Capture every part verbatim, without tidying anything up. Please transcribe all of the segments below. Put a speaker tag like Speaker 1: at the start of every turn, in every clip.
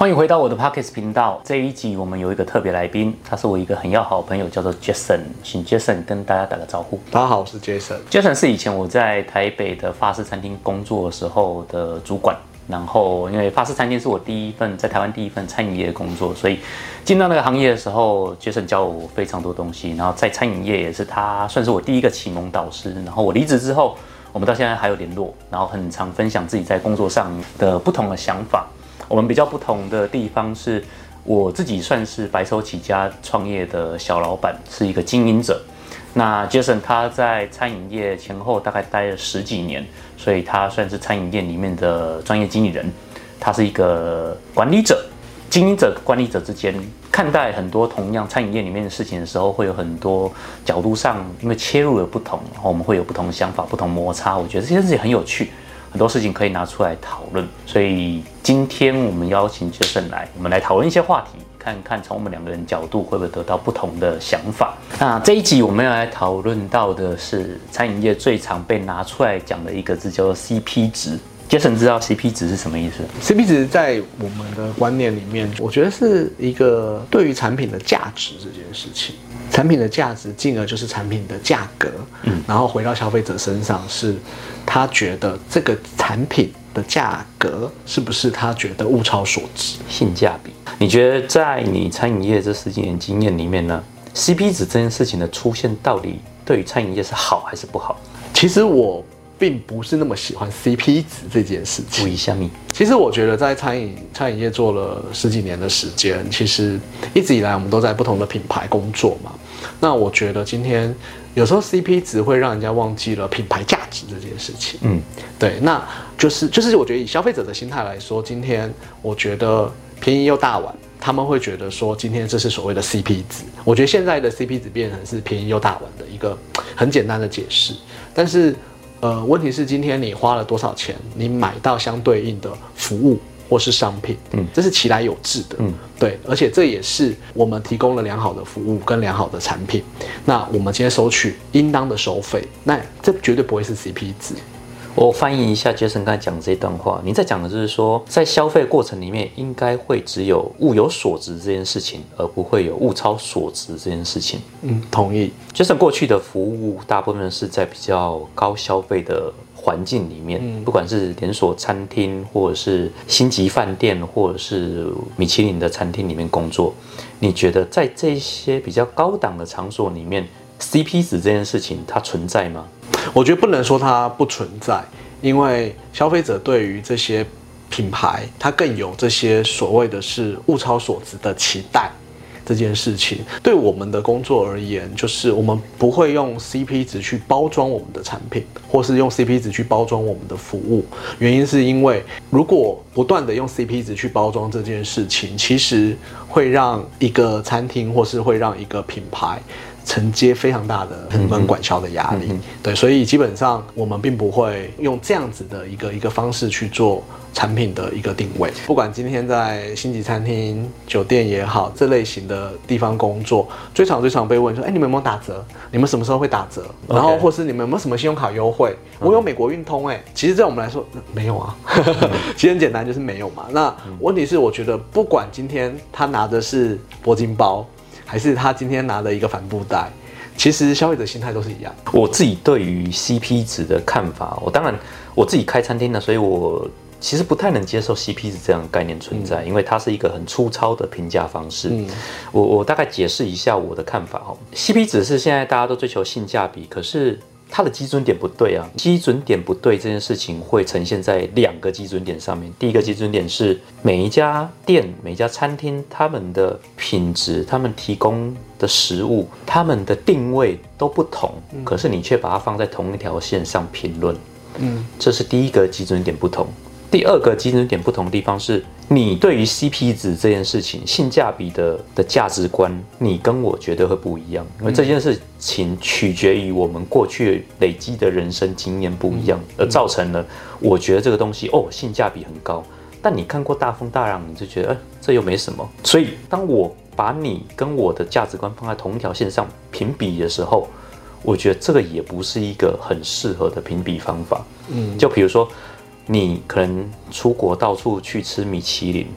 Speaker 1: 欢迎回到我的 Podcast 频道。这一集我们有一个特别来宾，他是我一个很要好的朋友，叫做 Jason。请 Jason 跟大家打个招呼。
Speaker 2: 大家好，我是 Jason。
Speaker 1: Jason 是以前我在台北的法式餐厅工作的时候的主管。然后，因为法式餐厅是我第一份在台湾第一份餐饮业的工作，所以进到那个行业的时候 ，Jason 教我非常多东西。然后在餐饮业也是他算是我第一个启蒙导师。然后我离职之后，我们到现在还有联络，然后很常分享自己在工作上的不同的想法。我们比较不同的地方是，我自己算是白手起家创业的小老板，是一个经营者。那 Jason 他在餐饮业前后大概待了十几年，所以他算是餐饮业里面的专业经理人。他是一个管理者，经营者、管理者之间看待很多同样餐饮业里面的事情的时候，会有很多角度上，因为切入的不同，然后我们会有不同的想法、不同摩擦。我觉得这些事情很有趣。很多事情可以拿出来讨论，所以今天我们邀请 Jason 来，我们来讨论一些话题，看看从我们两个人角度会不会得到不同的想法。那这一集我们要来讨论到的是餐饮业最常被拿出来讲的一个字，叫做 C P 值。Jason 知道 C P 值是什么意思
Speaker 2: ？C P 值在我们的观念里面，我觉得是一个对于产品的价值这件事情。产品的价值，进而就是产品的价格，嗯，然后回到消费者身上，是他觉得这个产品的价格是不是他觉得物超所值，
Speaker 1: 性价比。你觉得在你餐饮业这十几年经验里面呢 ，C P 值这件事情的出现，到底对于餐饮业是好还是不好？
Speaker 2: 其实我并不是那么喜欢 C P 值这件事情。
Speaker 1: 为什么？
Speaker 2: 其实我觉得在餐饮餐饮业做了十几年的时间，其实一直以来我们都在不同的品牌工作嘛。那我觉得今天有时候 C P 值会让人家忘记了品牌价值这件事情。嗯，对，那就是就是我觉得以消费者的心态来说，今天我觉得便宜又大碗，他们会觉得说今天这是所谓的 C P 值。我觉得现在的 C P 值变成是便宜又大碗的一个很简单的解释，但是呃，问题是今天你花了多少钱，你买到相对应的服务或是商品，嗯，这是其来有致的，嗯，对，而且这也是我们提供了良好的服务跟良好的产品，那我们今天收取应当的收费，那这绝对不会是 C P 值。
Speaker 1: 我翻译一下 Jason 刚才讲的这段话，你在讲的就是说，在消费过程里面，应该会只有物有所值这件事情，而不会有物超所值这件事情。
Speaker 2: 嗯，同意。
Speaker 1: Jason 过去的服务大部分是在比较高消费的环境里面，嗯、不管是连锁餐厅，或者是星级饭店，或者是米其林的餐厅里面工作。你觉得在这些比较高档的场所里面 ，C P 值这件事情它存在吗？
Speaker 2: 我觉得不能说它不存在，因为消费者对于这些品牌，它更有这些所谓的是物超所值的期待。这件事情对我们的工作而言，就是我们不会用 C P 值去包装我们的产品，或是用 C P 值去包装我们的服务。原因是因为如果不断的用 C P 值去包装这件事情，其实会让一个餐厅或是会让一个品牌承接非常大的成本管销的压力，嗯嗯、对，所以基本上我们并不会用这样子的一个一个方式去做产品的一个定位。不管今天在星级餐厅、酒店也好，这类型的地方工作，最常最常被问说：“哎，你们有没有打折？你们什么时候会打折？” okay. 然后或是你们有没有什么信用卡优惠？我有美国运通、欸，哎，其实在我们来说没有啊，其实很简单，就是没有嘛。那问题是，我觉得不管今天他拿的是铂金包，还是他今天拿的一个帆布袋，其实消费者心态都是一样。
Speaker 1: 我自己对于 C P 值的看法，我当然我自己开餐厅的，所以我其实不太能接受 C P 值这样的概念存在，嗯、因为它是一个很粗糙的评价方式。嗯、我我大概解释一下我的看法哦。C P 值是现在大家都追求性价比，可是它的基准点不对啊，基准点不对这件事情会呈现在两个基准点上面。第一个基准点是每一家店、每一家餐厅，他们的品质、他们提供的食物、他们的定位都不同，嗯、可是你却把它放在同一条线上评论，嗯，这是第一个基准点不同。第二个基准点不同的地方是，你对于 C P 值这件事情、性价比的的价值观，你跟我绝对会不一样，因为这件事情取决于我们过去累积的人生经验不一样，而造成了我觉得这个东西哦性价比很高，但你看过大风大浪，你就觉得，哎，这又没什么。所以当我把你跟我的价值观放在同一条线上评比的时候，我觉得这个也不是一个很适合的评比方法。嗯，就比如说。你可能出国到处去吃米其林，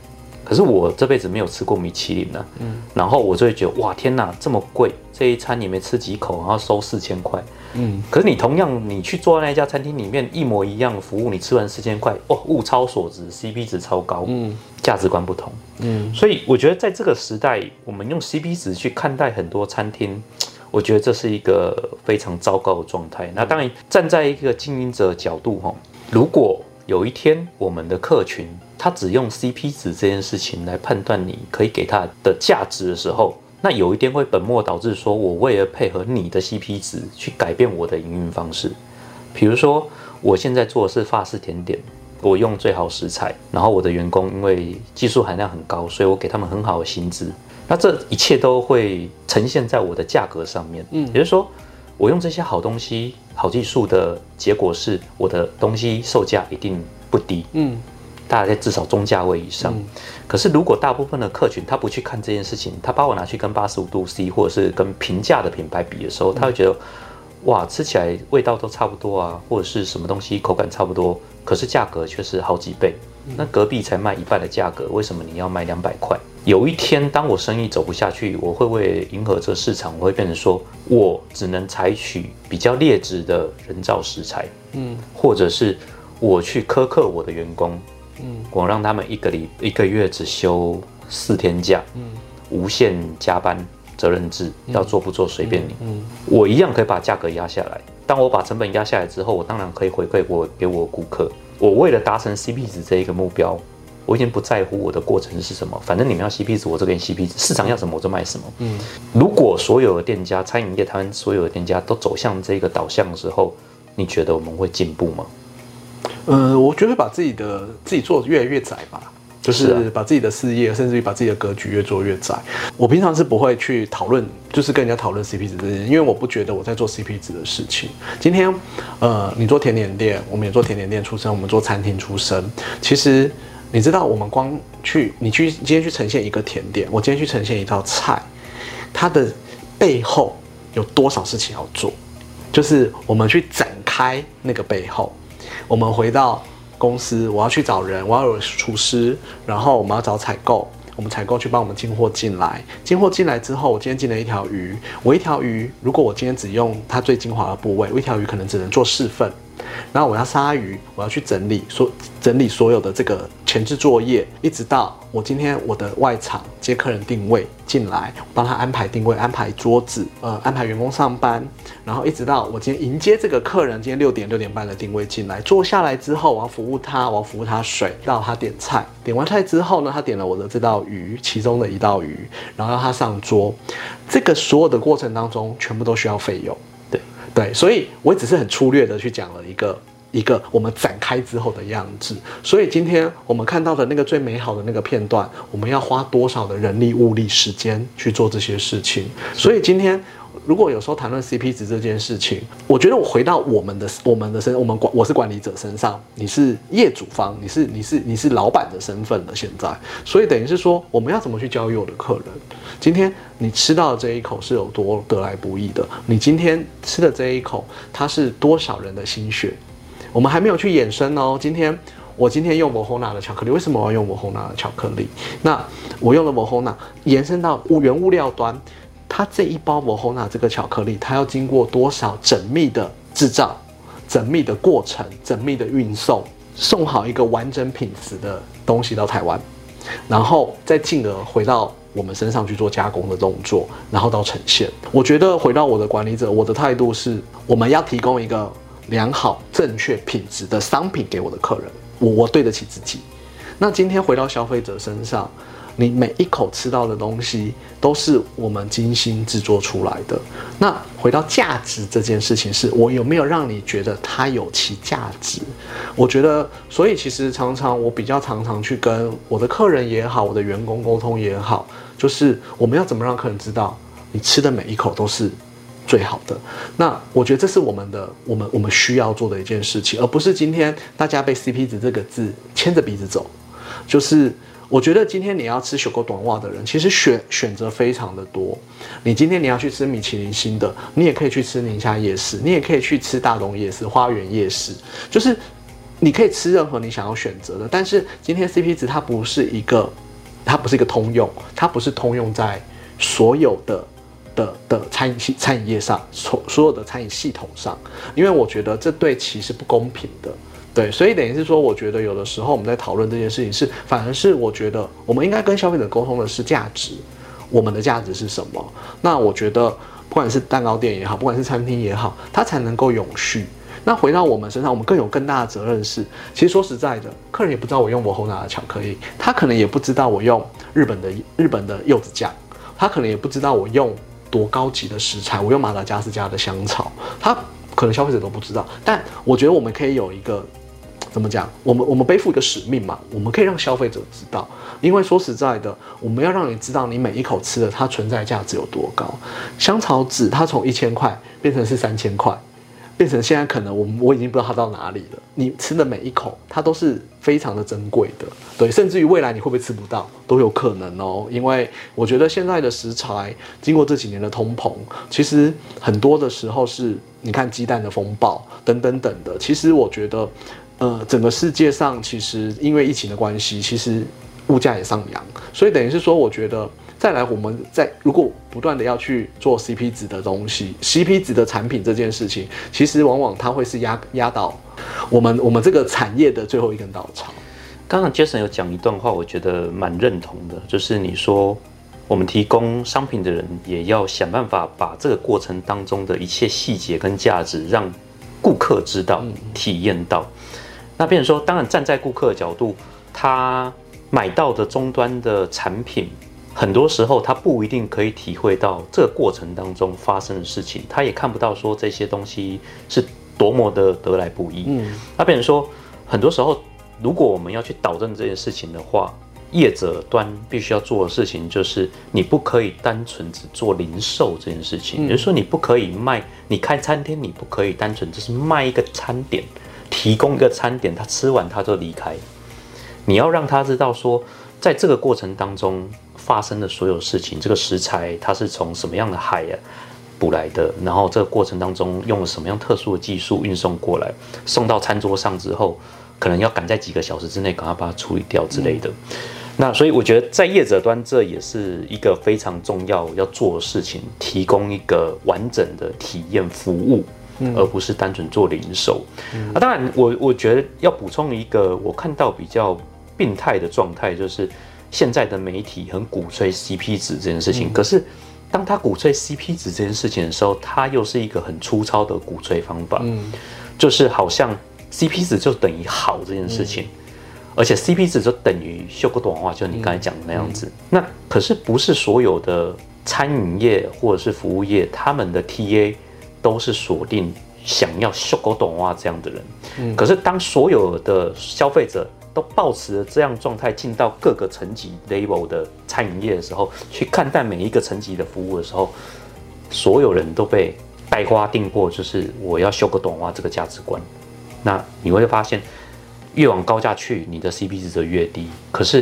Speaker 1: 可是我这辈子没有吃过米其林呢、啊，嗯，然后我就会觉得哇天哪，这么贵，这一餐你没吃几口，然后收四千块，嗯，可是你同样你去坐在那家餐厅里面一模一样的服务，你吃完四千块，哦，物超所值 ，C P 值超高，嗯，价值观不同，嗯，所以我觉得在这个时代，我们用 C P 值去看待很多餐厅。我觉得这是一个非常糟糕的状态。那当然，站在一个经营者角度，如果有一天我们的客群他只用 C P 值这件事情来判断你可以给他的价值的时候，那有一天会本末倒置，说我为了配合你的 C P 值去改变我的营运方式。比如说，我现在做的是法式甜点，我用最好食材，然后我的员工因为技术含量很高，所以我给他们很好的薪资。那这一切都会呈现在我的价格上面，嗯，也就是说，我用这些好东西、好技术的结果是，我的东西售价一定不低，嗯，大概至少中价位以上。嗯、可是如果大部分的客群他不去看这件事情，他把我拿去跟八十五度 C 或者是跟平价的品牌比的时候，他会觉得，哇，吃起来味道都差不多啊，或者是什么东西口感差不多，可是价格却是好几倍。那隔壁才卖一半的价格，为什么你要卖两百块？有一天，当我生意走不下去，我会为了迎合这个市场，我会变成说，我只能采取比较劣质的人造食材，嗯，或者是我去苛刻我的员工，嗯，我让他们一个礼一个月只休四天假，嗯，无限加班，责任制，要做不做随便你，嗯，我一样可以把价格压下来。当我把成本压下来之后，我当然可以回馈我给我顾客。我为了达成 C P 值这一个目标，我已经不在乎我的过程是什么，反正你们要 C P 值，我这边 C P 值，市场要什么我就卖什么。嗯，如果所有的店家，餐饮业台湾所有的店家都走向这个导向的时候，你觉得我们会进步吗？
Speaker 2: 呃，我觉得把自己的自己做得越来越窄吧。就是把自己的事业，甚至于把自己的格局越做越窄。我平常是不会去讨论，就是跟人家讨论 C P 值这件事，因为我不觉得我在做 C P 值的事情。今天，呃，你做甜点店，我们也做甜点店出身，我们做餐厅出身。其实你知道，我们光去你去今天去呈现一个甜点，我今天去呈现一道菜，它的背后有多少事情要做？就是我们去展开那个背后，我们回到公司，我要去找人，我要有厨师，然后我们要找采购，我们采购去帮我们进货进来，进货进来之后，我今天进了一条鱼，我一条鱼，如果我今天只用它最精华的部位，我一条鱼可能只能做四份，然后我要杀鱼，我要去整理所整理所有的这个前置作业，一直到我今天我的外场接客人定位进来，帮他安排定位，安排桌子，呃，安排员工上班，然后一直到我今天迎接这个客人，今天六点六点半的定位进来，坐下来之后，我要服务他，我要服务他水，到他点菜，点完菜之后呢，他点了我的这道鱼，其中的一道鱼，然后让他上桌，这个所有的过程当中，全部都需要费用。对对，所以我只是很粗略的去讲了一个。一个我们展开之后的样子，所以今天我们看到的那个最美好的那个片段，我们要花多少的人力、物力、时间去做这些事情？所以今天如果有时候谈论 C P 值这件事情，我觉得我回到我们的我们的身，我们管我是管理者身上，你是业主方，你是你是你是老板的身份了。现在，所以等于是说，我们要怎么去教育我的客人？今天你吃到的这一口是有多得来不易的？你今天吃的这一口，它是多少人的心血？我们还没有去衍生哦。今天我今天用摩吼娜的巧克力，为什么我要用摩吼娜的巧克力？那我用了摩吼娜，延伸到原物料端，它这一包摩吼娜这个巧克力，它要经过多少缜密的制造、缜密的过程、缜密的运送，送好一个完整品质的东西到台湾，然后再进而回到我们身上去做加工的动作，然后到呈现。我觉得回到我的管理者，我的态度是，我们要提供一个良好、正确品质的商品给我的客人，我我对得起自己。那今天回到消费者身上，你每一口吃到的东西都是我们精心制作出来的。那回到价值这件事情，是我有没有让你觉得它有其价值？我觉得，所以其实常常我比较常常去跟我的客人也好，我的员工沟通也好，就是我们要怎么让客人知道，你吃的每一口都是最好的。那我觉得这是我们的我们我们需要做的一件事情，而不是今天大家被 C P 值这个字牵着鼻子走。就是我觉得今天你要吃小狗短袜的人，其实选选择非常的多。你今天你要去吃米其林星的，你也可以去吃宁夏夜市，你也可以去吃大东夜市、花园夜市，就是你可以吃任何你想要选择的。但是今天 C P 值它不是一个它不是一个通用，它不是通用在所有的的的餐饮系餐饮业上，所所有的餐饮系统上，因为我觉得这对其是不公平的。对，所以等于是说，我觉得有的时候我们在讨论这件事情是，反而是我觉得我们应该跟消费者沟通的是价值，我们的价值是什么？那我觉得不管是蛋糕店也好，不管是餐厅也好，它才能够永续。那回到我们身上，我们更有更大的责任是，其实说实在的，客人也不知道我用摩吼拿的巧克力，他可能也不知道我用日本的日本的柚子酱，他可能也不知道我用多高级的食材，我用马达加斯加的香草，他可能消费者都不知道。但我觉得我们可以有一个。怎么讲？我们我们背负一个使命嘛，我们可以让消费者知道，因为说实在的，我们要让你知道你每一口吃的它存在价值有多高。香草籽它从一千块变成是三千块，变成现在可能我我已经不知道它到哪里了。你吃的每一口，它都是非常的珍贵的，对，甚至于未来你会不会吃不到都有可能哦。因为我觉得现在的食材经过这几年的通膨，其实很多的时候是你看鸡蛋的风暴等等等的，其实我觉得。呃，整个世界上其实因为疫情的关系，其实物价也上扬，所以等于是说，我觉得再来我们在如果不断的要去做 C P 值的东西 ，C P 值的产品这件事情，其实往往它会是压压倒我们我们这个产业的最后一根稻草。
Speaker 1: 刚刚 Jason 有讲一段话，我觉得蛮认同的，就是你说我们提供商品的人也要想办法把这个过程当中的一切细节跟价值让顾客知道、嗯、体验到。那变成说，当然站在顾客的角度，他买到的终端的产品，很多时候他不一定可以体会到这个过程当中发生的事情，他也看不到说这些东西是多么的得来不易。嗯，那变成说，很多时候如果我们要去导正这件事情的话，业者端必须要做的事情就是，你不可以单纯只做零售这件事情，也就是说，你不可以卖，你开餐厅，你不可以单纯只是卖一个餐点。提供一个餐点，他吃完他就离开。你要让他知道说，在这个过程当中发生的所有事情，这个食材它是从什么样的海啊捕来的，然后这个过程当中用了什么样特殊的技术运送过来，送到餐桌上之后，可能要赶在几个小时之内赶快把它处理掉之类的。嗯、那所以我觉得在业者端，这也是一个非常重要要做的事情，提供一个完整的体验服务。而不是单纯做零售。嗯、啊，当然我，我觉得要补充一个我看到比较病态的状态，就是现在的媒体很鼓吹 C P 值这件事情。嗯、可是，当他鼓吹 C P 值这件事情的时候，他又是一个很粗糙的鼓吹方法。嗯，就是好像 C P 值就等于好这件事情，嗯、而且 C P 值就等于秀个短话，就你刚才讲的那样子。嗯、那可是不是所有的餐饮业或者是服务业，他们的 T A。都是锁定想要秀狗懂蛙这样的人，嗯，可是当所有的消费者都抱持了这样状态进到各个层级 level 的餐饮业的时候，去看待每一个层级的服务的时候，所有人都被带花订货，就是我要秀狗懂蛙这个价值观。那你会发现，越往高价去，你的 C P 值就越低。可是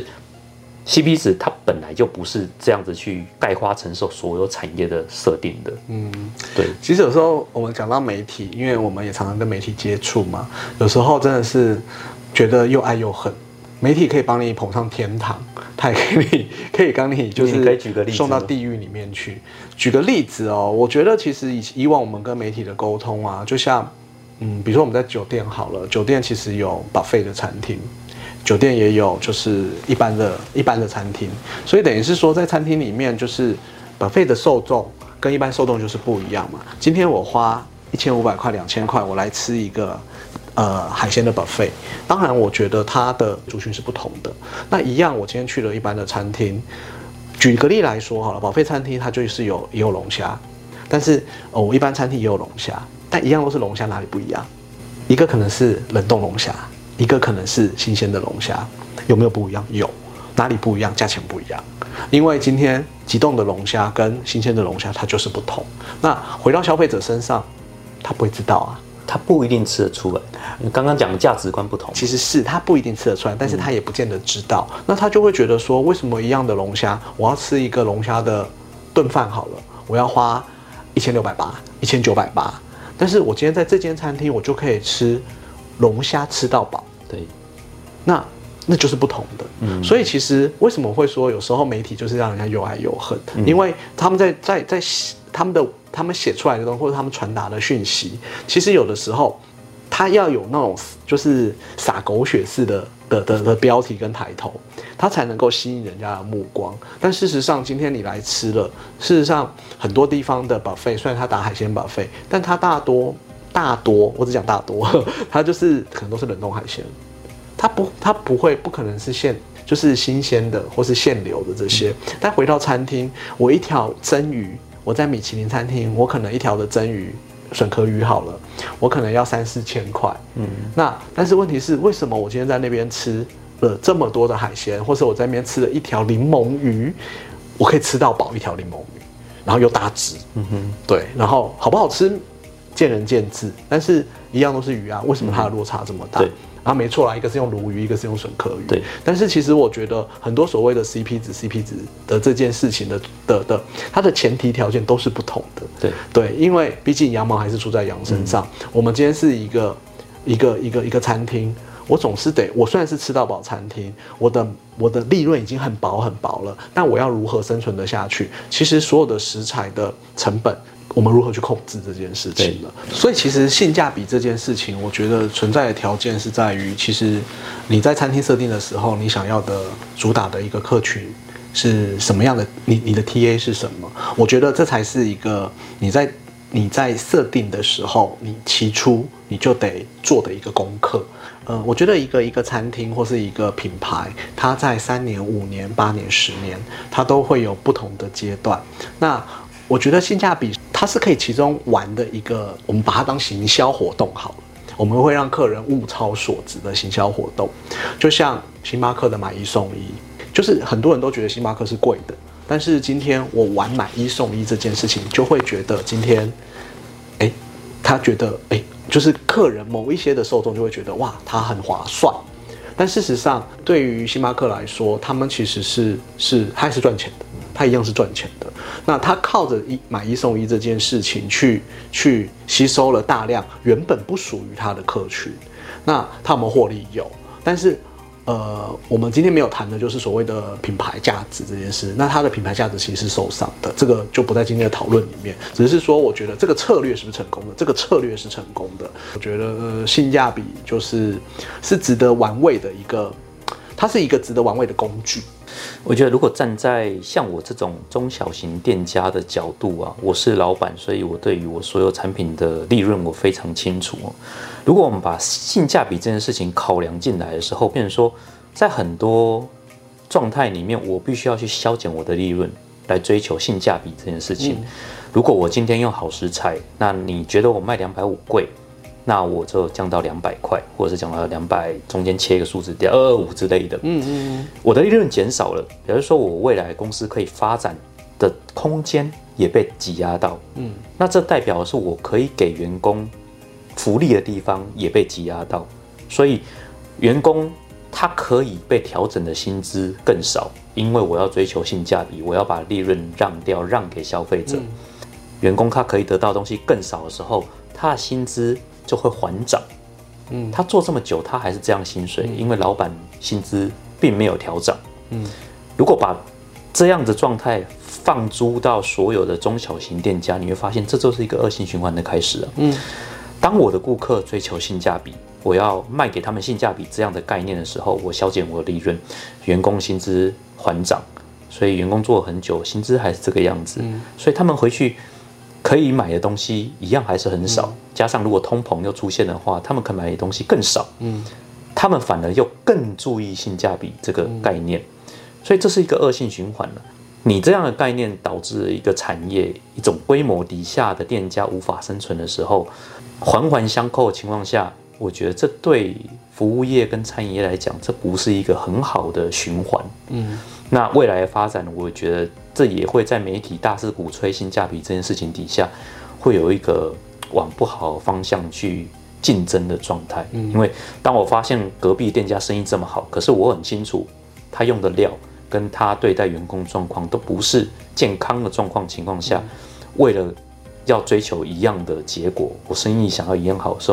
Speaker 1: C P 值它本来就不是这样子去概括承受所有产业的设定的。嗯，对。
Speaker 2: 其实有时候我们讲到媒体，因为我们也常常跟媒体接触嘛，有时候真的是觉得又爱又恨。媒体可以帮你捧上天堂，它也可以可以帮你就是送到地狱里面去。举个例子哦，我觉得其实以以往我们跟媒体的沟通啊，就像嗯，比如说我们在酒店好了，酒店其实有 buffet 的餐厅。酒店也有，就是一般的、一般的餐厅，所以等于是说，在餐厅里面，就是 buffet 的受众跟一般受众就是不一样嘛。今天我花一千五百块、两千块，我来吃一个呃海鲜的 buffet， 当然我觉得它的族群是不同的。那一样，我今天去了一般的餐厅，举个例来说好了 ，buffet 餐厅它就是有也有龙虾，但是哦，我一般餐厅也有龙虾，但一样都是龙虾，哪里不一样？一个可能是冷冻龙虾。一个可能是新鲜的龙虾，有没有不一样？有，哪里不一样？价钱不一样。因为今天急冻的龙虾跟新鲜的龙虾它就是不同。那回到消费者身上，他不会知道啊，
Speaker 1: 他不一定吃得出来。你刚刚讲的价值观不同，
Speaker 2: 其实是他不一定吃得出来，但是他也不见得知道。嗯、那他就会觉得说，为什么一样的龙虾，我要吃一个龙虾的炖饭好了，我要花一千六百八、一千九百八，但是我今天在这间餐厅，我就可以吃。龙虾吃到饱，
Speaker 1: 对，
Speaker 2: 那那就是不同的。嗯，所以其实为什么会说有时候媒体就是让人家又爱又恨？嗯、因为他们在在在他们的他们写出来的东西，或者他们传达的讯息，其实有的时候他要有那种就是撒狗血式的的的的标题跟抬头，它才能够吸引人家的目光。但事实上，今天你来吃了，事实上很多地方的 buffet 虽然它打海鲜 buffet， 但它大多大多我只讲大多，它就是可能都是冷冻海鲜，它不它不会不可能是现就是新鲜的或是现流的这些。但回到餐厅，我一条蒸鱼，我在米其林餐厅，我可能一条的蒸鱼。笋壳鱼好了，我可能要三四千块。嗯，那但是问题是，为什么我今天在那边吃了这么多的海鲜，或者我在那边吃了一条柠檬鱼，我可以吃到饱一条柠檬鱼，然后又大只。嗯哼，对，然后好不好吃，见仁见智，但是一样都是鱼啊，为什么它的落差这么大？对。然后没错啦，一个是用鲈鱼，一个是用笋壳鱼。对。但是其实我觉得很多所谓的 C P 值、C P 值的这件事情的的的，它的前提条件都是不同的。对对，因为毕竟羊毛还是出在羊身上。嗯、我们今天是一个一个一个一个餐厅，我总是得，我虽然是吃到饱餐厅，我的我的利润已经很薄很薄了，但我要如何生存得下去？其实所有的食材的成本。我们如何去控制这件事情了？所以其实性价比这件事情，我觉得存在的条件是在于，其实你在餐厅设定的时候，你想要的主打的一个客群是什么样的？你你的 T A 是什么？我觉得这才是一个你在你在设定的时候，你起初你就得做的一个功课。呃，我觉得一个一个餐厅或是一个品牌，它在三年、五年、八年、十年，它都会有不同的阶段。那我觉得性价比它是可以其中玩的一个，我们把它当行销活动好了。我们会让客人物超所值的行销活动，就像星巴克的买一送一，就是很多人都觉得星巴克是贵的，但是今天我玩买一送一这件事情，就会觉得今天，哎，他觉得哎，就是客人某一些的受众就会觉得哇，它很划算。但事实上，对于星巴克来说，他们其实是是还是赚钱的。它一样是赚钱的，那它靠着一买一送一这件事情去去吸收了大量原本不属于它的客群，那它有没有获利？有，但是呃，我们今天没有谈的就是所谓的品牌价值这件事，那它的品牌价值其实是受伤的，这个就不在今天的讨论里面，只是说我觉得这个策略是不是成功的？这个策略是成功的，我觉得呃性价比就是是值得玩味的一个，它是一个值得玩味的工具。
Speaker 1: 我觉得，如果站在像我这种中小型店家的角度啊，我是老板，所以我对于我所有产品的利润我非常清楚。如果我们把性价比这件事情考量进来的时候，变成说，在很多状态里面，我必须要去削减我的利润，来追求性价比这件事情。嗯、如果我今天用好食材，那你觉得我卖两百五贵？那我就降到两百块，或者是降到两百，中间切一个数字掉二二五之类的。嗯嗯嗯，我的利润减少了，表示说我未来公司可以发展的空间也被挤压到。嗯，那这代表的是我可以给员工福利的地方也被挤压到，所以员工他可以被调整的薪资更少，因为我要追求性价比，我要把利润让掉，让给消费者。嗯、员工他可以得到的东西更少的时候，他的薪资就会缓涨，嗯，他做这么久，他还是这样薪水，嗯、因为老板薪资并没有调涨，嗯，如果把这样的状态放诸到所有的中小型店家，你会发现这就是一个恶性循环的开始了，嗯，当我的顾客追求性价比，我要卖给他们性价比这样的概念的时候，我削减我的利润，员工薪资缓涨，所以员工做了很久，薪资还是这个样子，嗯、所以他们回去可以买的东西一样还是很少，嗯、加上如果通膨又出现的话，他们可以买的东西更少，嗯，他们反而又更注意性价比这个概念，嗯、所以这是一个恶性循环了。你这样的概念导致一个产业一种规模底下的店家无法生存的时候，环环相扣的情况下，我觉得这对服务业跟餐饮业来讲，这不是一个很好的循环。嗯，那未来的发展，我觉得这也会在媒体大肆鼓吹性价比这件事情底下，会有一个往不好的方向去竞争的状态。嗯，因为当我发现隔壁店家生意这么好，可是我很清楚他用的料跟他对待员工状况都不是健康的状况情况下，嗯、为了要追求一样的结果，我生意想要一样好的时候，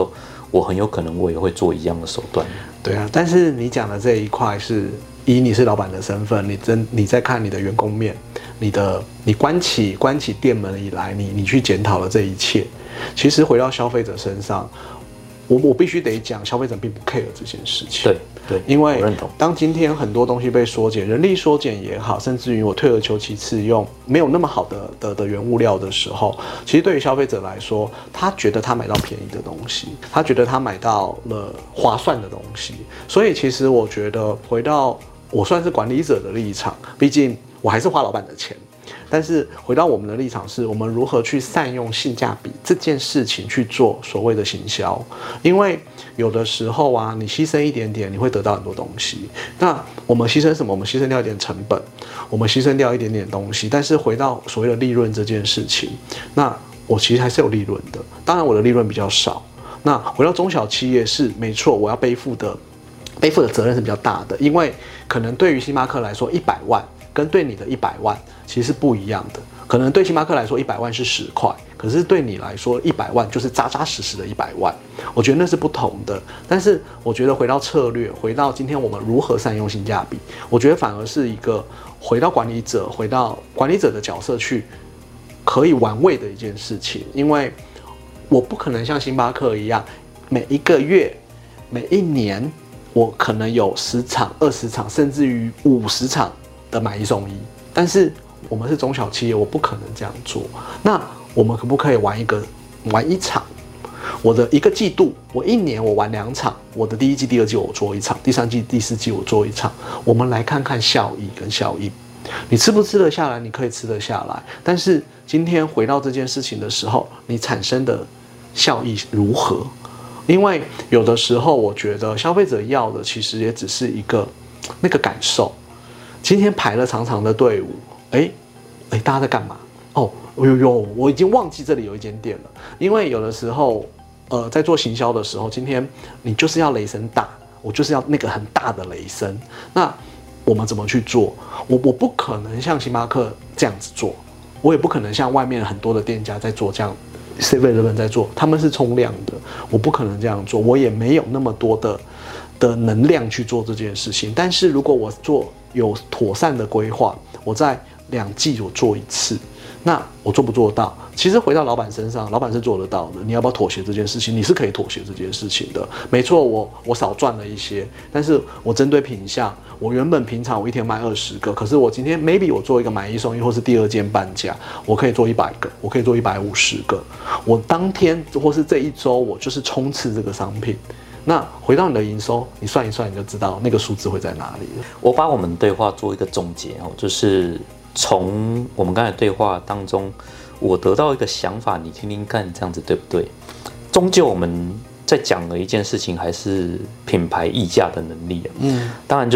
Speaker 1: 我很有可能我也会做一样的手段。
Speaker 2: 对啊，但是你讲的这一块是以你是老板的身份，你真你在看你的员工面，你的你关起关起店门以来，你你去检讨了这一切。其实回到消费者身上，我我必须得讲，消费者并不 care 这件事情。
Speaker 1: 对对，
Speaker 2: 因为
Speaker 1: 我认同。
Speaker 2: 当今天很多东西被缩减，人力缩减也好，甚至于我退而求其次用没有那么好的的的原物料的时候，其实对于消费者来说，他觉得他买到便宜的东西，他觉得他买到了划算的东西。所以其实我觉得回到我算是管理者的立场，毕竟我还是花老板的钱。但是回到我们的立场是，我们如何去善用性价比这件事情去做所谓的行销，因为有的时候啊，你牺牲一点点，你会得到很多东西。那我们牺牲什么？我们牺牲掉一点成本，我们牺牲掉一点点东西。但是回到所谓的利润这件事情，那我其实还是有利润的，当然我的利润比较少。那回到中小企业是没错，我要背负的背负的责任是比较大的，因为可能对于星巴克来说，一百万。跟对你的一百万其实是不一样的，可能对星巴克来说一百万是十块，可是对你来说一百万就是扎扎实实的一百万，我觉得那是不同的。但是我觉得回到策略，回到今天我们如何善用性价比，我觉得反而是一个回到管理者，回到管理者的角色去可以玩味的一件事情，因为我不可能像星巴克一样，每一个月、每一年，我可能有十场、二十场，甚至于五十场。的买一送一，但是我们是中小企业，我不可能这样做。那我们可不可以玩一个玩一场？我的一个季度，我一年我玩两场，我的第一季、第二季我做一场，第三季、第四季我做一场。我们来看看效益跟效应。你吃不吃得下来？你可以吃得下来，但是今天回到这件事情的时候，你产生的效益如何？因为有的时候，我觉得消费者要的其实也只是一个那个感受。今天排了长长的队伍，哎，哎，大家在干嘛？哦，呦呦，我已经忘记这里有一间店了。因为有的时候，呃，在做行销的时候，今天你就是要雷声大，我就是要那个很大的雷声。那我们怎么去做？我我不可能像星巴克这样子做，我也不可能像外面很多的店家在做这样 ，seven eleven 在做，他们是冲量的，我不可能这样做，我也没有那么多的的能量去做这件事情。但是如果我做有妥善的规划，我在两季我做一次，那我做不做得到？其实回到老板身上，老板是做得到的。你要不要妥协这件事情？你是可以妥协这件事情的。没错，我我少赚了一些，但是我针对品项，我原本平常我一天卖二十个，可是我今天 maybe 我做一个买一送一，或是第二件半价，我可以做一百个，我可以做一百五十个。我当天或是这一周，我就是冲刺这个商品。那回到你的营收，你算一算你就知道那个数字会在哪里了。
Speaker 1: 我把我们对话做一个总结哦，就是从我们刚才对话当中，我得到一个想法，你听听看，这样子对不对？终究我们在讲的一件事情还是品牌溢价的能力啊。嗯，当然就是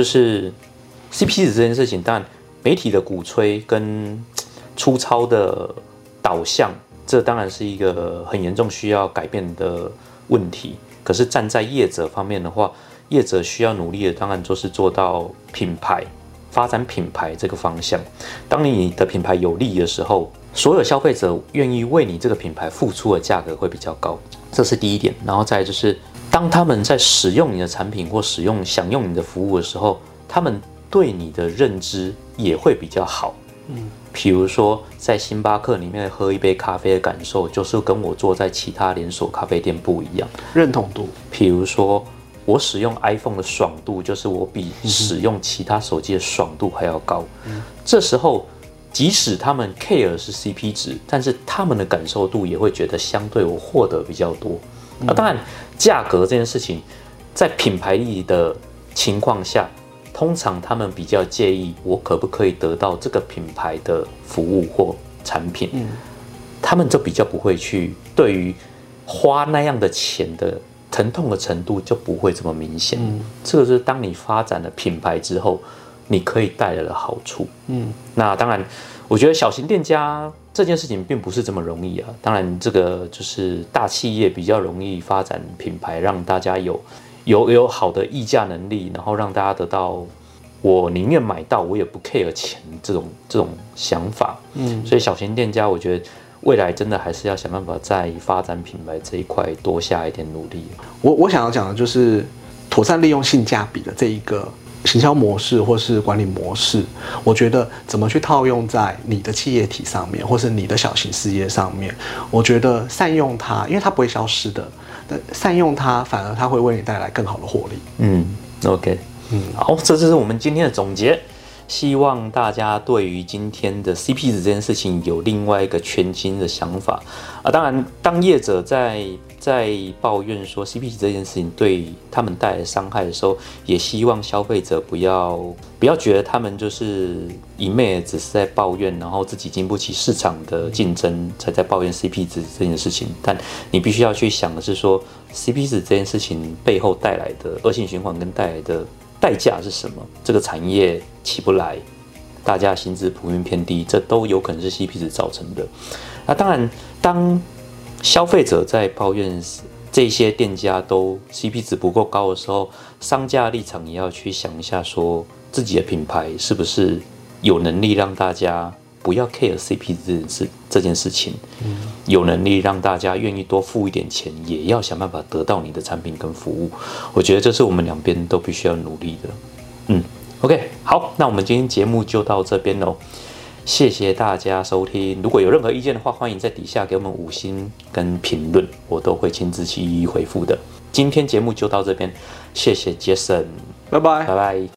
Speaker 1: C P 值这件事情，当然媒体的鼓吹跟粗糙的导向，这当然是一个很严重需要改变的问题。可是站在业者方面的话，业者需要努力的当然就是做到品牌发展品牌这个方向。当你的品牌有利的时候，所有消费者愿意为你这个品牌付出的价格会比较高，这是第一点。然后再来就是，当他们在使用你的产品或使用享用你的服务的时候，他们对你的认知也会比较好。嗯，比如说在星巴克里面喝一杯咖啡的感受，就是跟我坐在其他连锁咖啡店不一样。
Speaker 2: 认同度，
Speaker 1: 比如说我使用 iPhone 的爽度，就是我比使用其他手机的爽度还要高。嗯，这时候即使他们 care 是 C P 值，但是他们的感受度也会觉得相对我获得比较多。那、嗯、当然，价格这件事情，在品牌力的情况下，通常他们比较介意我可不可以得到这个品牌的服务或产品，嗯、他们就比较不会去对于花那样的钱的疼痛的程度就不会这么明显。嗯、这个是当你发展了品牌之后，你可以带来的好处。嗯，那当然，我觉得小型店家这件事情并不是这么容易啊。当然，这个就是大企业比较容易发展品牌，让大家有。有有好的议价能力，然后让大家得到我宁愿买到，我也不 care 钱这种这种想法。嗯，所以小型店家，我觉得未来真的还是要想办法在发展品牌这一块多下一点努力。
Speaker 2: 我我想要讲的就是妥善利用性价比的这一个行销模式或是管理模式，我觉得怎么去套用在你的企业体上面，或是你的小型事业上面，我觉得善用它，因为它不会消失的，善用它反而它会为你带来更好的获利。
Speaker 1: 嗯 ，OK， 嗯，好，这就是我们今天的总结。希望大家对于今天的 C P 值这件事情有另外一个全新的想法啊！当然，当业者在在抱怨说 C P 值这件事情对他们带来伤害的时候，也希望消费者不要不要觉得他们就是一昧只是在抱怨，然后自己经不起市场的竞争才在抱怨 C P 值这件事情。但你必须要去想的是说 ，C P 值这件事情背后带来的恶性循环跟带来的代价是什么？这个产业起不来，大家薪资普遍偏低，这都有可能是 C P 值造成的。那当然，当消费者在抱怨这些店家都 C P 值不够高的时候，商家立场也要去想一下，说自己的品牌是不是有能力让大家不要 care C P 值这件事情，嗯、有能力让大家愿意多付一点钱，也要想办法得到你的产品跟服务。我觉得这是我们两边都必须要努力的。嗯 ，OK， 好，那我们今天节目就到这边喽。谢谢大家收听，如果有任何意见的话，欢迎在底下给我们五星跟评论，我都会亲自去一一回复的。今天节目就到这边，谢谢 Jason，
Speaker 2: 拜拜，
Speaker 1: 拜拜。